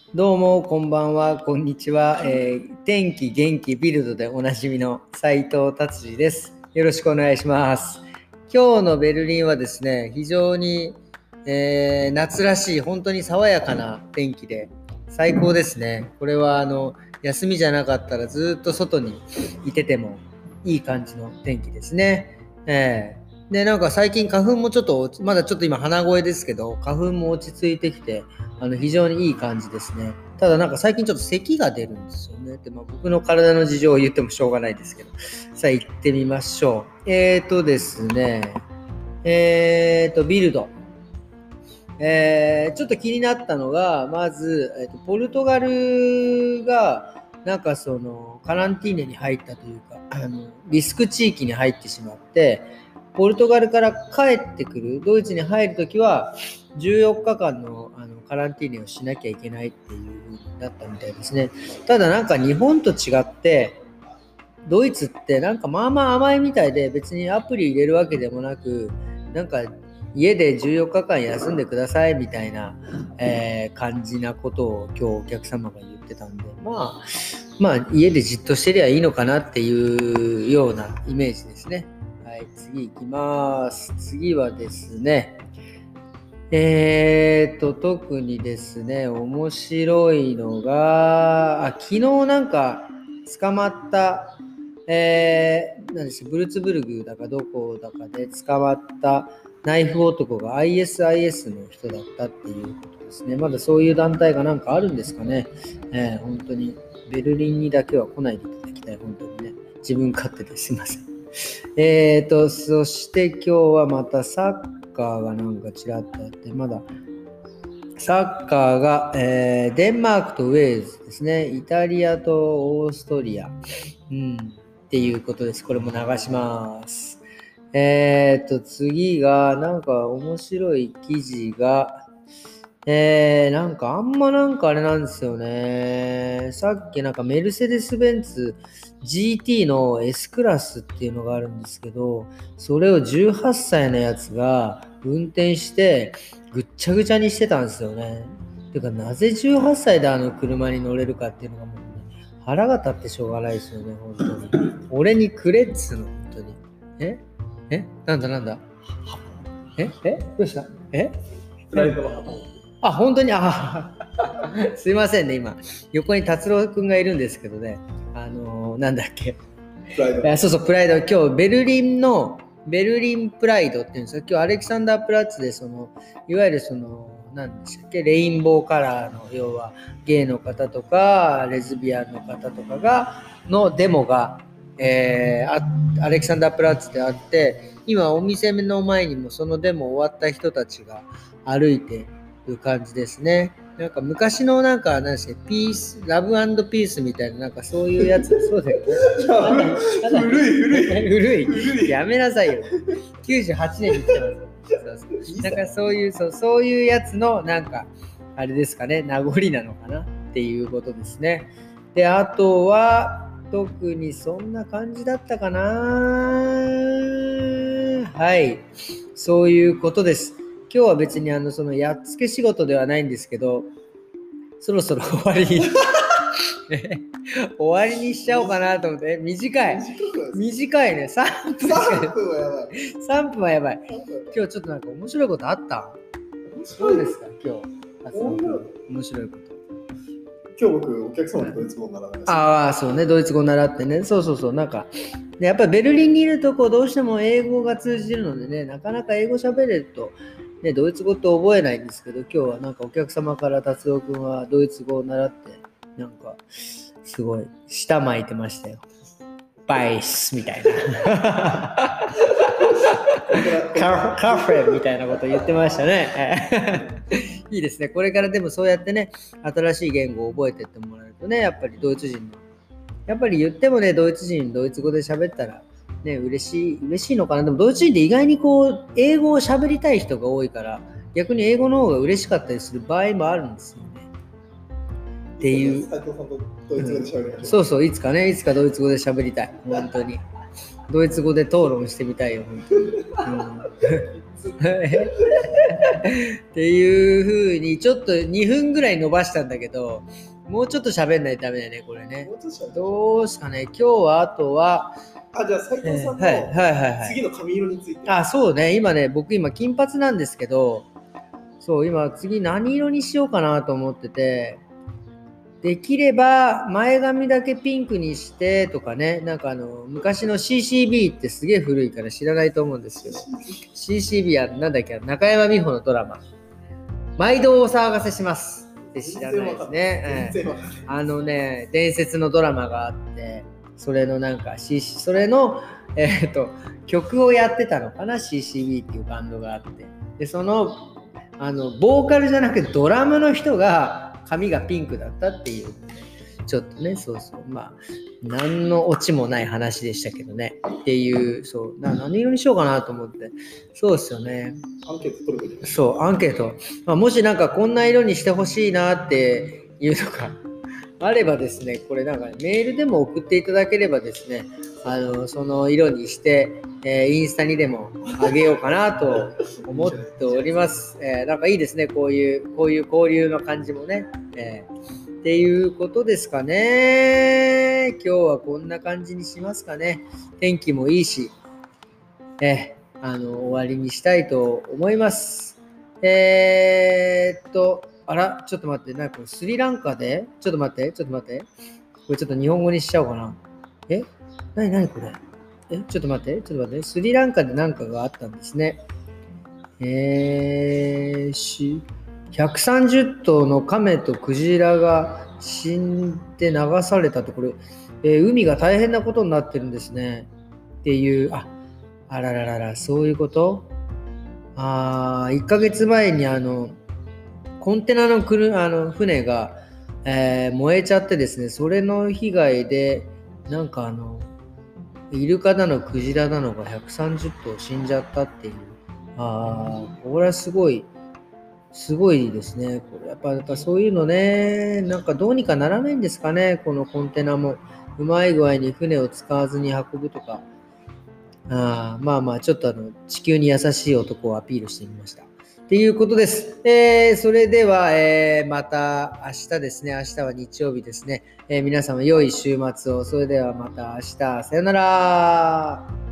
どうも、こんばんは、こんにちは。天気元気ビルドでおなじみの斉藤達治です。よろしくお願いします。今日のベルリンはですね、非常に、夏らしい、本当に爽やかな天気で最高ですね。これは休みじゃなかったらずっと外にいててもいい感じの天気ですね。で、なんか最近花粉もちょっと、まだちょっと今鼻声ですけど、花粉も落ち着いてきて、非常にいい感じですね。ただなんか最近ちょっと咳が出るんですよね。で、僕の体の事情を言ってもしょうがないですけど。さあ行ってみましょう。ですね。ビルド。ちょっと気になったのが、まず、ポルトガルが、なんかカランティーネに入ったというか、リスク地域に入ってしまって、ポルトガルから帰ってくる、ドイツに入るときは、14日間の、カランティーネをしなきゃいけないっていう風になったみたいですね。ただなんか日本と違って、ドイツってなんかまあまあ甘いみたいで、別にアプリ入れるわけでもなく、なんか家で14日間休んでくださいみたいな、感じなことを今日お客様が言ってたんで、まあ家でじっとしてりゃいいのかなっていうようなイメージですね。はい、次行きます。次はですね、特にですね、面白いのが、昨日なんか捕まった、何でしょう、ブルツブルグだかどこだかで捕まったナイフ男が ISIS の人だったっていうことですね。まだそういう団体がなんかあるんですかね。本当にベルリンにだけは来ないでいただきたい、本当にね。自分勝手ですいません。そして今日はまたサッカーがなんかちらっとあって、まだサッカーが、デンマークとウェールズですね。イタリアとオーストリア。っていうことです。これも流します。次が、なんか面白い記事が、なんかあんまなんかあれなんですよね。さっきなんかメルセデス・ベンツ GT の S クラスっていうのがあるんですけど、それを18歳のやつが運転してぐっちゃぐちゃにしてたんですよね。てかなぜ18歳であの車に乗れるかっていうのがもうね、腹が立ってしょうがないですよね、本当に。俺にくれっつうの、本当に。なんだどうしたプライドは本当にすいませんね、今。横に達郎くんがいるんですけどね。なんだっけ。 プライド。 そうそう、プライド。今日、ベルリンプライドっていうんですか。今日、アレキサンダープラッツで、いわゆる何でしたっけ、レインボーカラーの、要は、ゲイの方とか、レズビアンの方とかのデモが、アレキサンダープラッツであって、今、お店の前にもそのデモ終わった人たちが歩いていう感じですね。なんか昔のなんか、何でしたっけ、ラブピースみたいな、なんかそういうやつ、そうだよね。古い。やめなさいよ。98年に来てます。なんかそういうやつの、なんか、あれですかね、名残なのかなっていうことですね。で、あとは、特にそんな感じだったかな。はい。そういうことです。今日は別にやっつけ仕事ではないんですけど、そろそろ終わりに終わりにしちゃおうかなと思って。短いね。3分しか 3分はやばい。 3分はやばい。今日ちょっとなんか面白いことあった？そうですか、今日。面白いこと。 今日僕、お客様にドイツ語を習うんです。 そうね、ドイツ語習ってね。そう、なんか、やっぱりベルリンにいるとどうしても英語が通じるのでね、なかなか英語喋れると、ね、ドイツ語って覚えないんですけど、今日はなんかお客様から達郎くんはドイツ語を習って、なんか、すごい、舌巻いてましたよ。バイスみたいな。カフェみたいなこと言ってましたね。いいですね。これからでもそうやってね、新しい言語を覚えてってもらえるとね、やっぱりドイツ人の、やっぱり言ってもね、ドイツ人、ドイツ語で喋ったら、ね、嬉しいのかな。でもドイツ人って意外に英語を喋りたい人が多いから、逆に英語の方が嬉しかったりする場合もあるんですよね。っていう。 斉藤さんとドイツ語で喋りましょう。 そう、いつかドイツ語で喋りたい。本当に。 ドイツ語で討論してみたいよ、本当に。っていう風に、ちょっと2分ぐらい伸ばしたんだけど、もうちょっと喋んないとダメだね、これね。どうすかね、今日はあとは、 じゃあ斉藤さんの次の髪色について。 そうね、僕今金髪なんですけど、そう、今次何色にしようかなと思ってて、できれば前髪だけピンクにしてとかね、なんか昔の CCB ってすげえ古いから知らないと思うんですけど、CCB はなんだっけ、中山美穂のドラマ、毎度お騒がせしますって知らないですね。伝説のドラマがあって、それのなんか、それの、曲をやってたのかな、 CCB っていうバンドがあって、でそのボーカルじゃなくてドラムの人が髪がピンクだったっていう、ちょっとね、何のオチもない話でしたけどねっていう、何色にしようかなと思って。そうですよね、 アンケート取るべき。 アンケート、もしなんかこんな色にしてほしいなっていうのがあればですね、これなんかメールでも送っていただければですね、その色にして、インスタにでもあげようかなと思っております。なんかいいですね、こういう交流の感じもね、っていうことですかね。今日はこんな感じにしますかね。天気もいいし、終わりにしたいと思います。あら、ちょっと待って、なんかスリランカで、ちょっと待って。これちょっと日本語にしちゃおうかな。なにこれ。ちょっと待って。スリランカでなんかがあったんですね。130頭のカメとクジラが死んで流されたところ、海が大変なことになってるんですね。っていう、あらららら、そういうこと？1ヶ月前にコンテナの船が、燃えちゃってですね、それの被害で、なんかイルカだのクジラだのが130頭死んじゃったっていう。これはすごいですね。これやっぱそういうのね、なんかどうにかならないんですかね、このコンテナも。うまい具合に船を使わずに運ぶとか。ちょっと地球に優しい男をアピールしてみました。っていうことです。それでは、また明日ですね。明日は日曜日ですね。皆様良い週末を。それではまた明日。さよなら。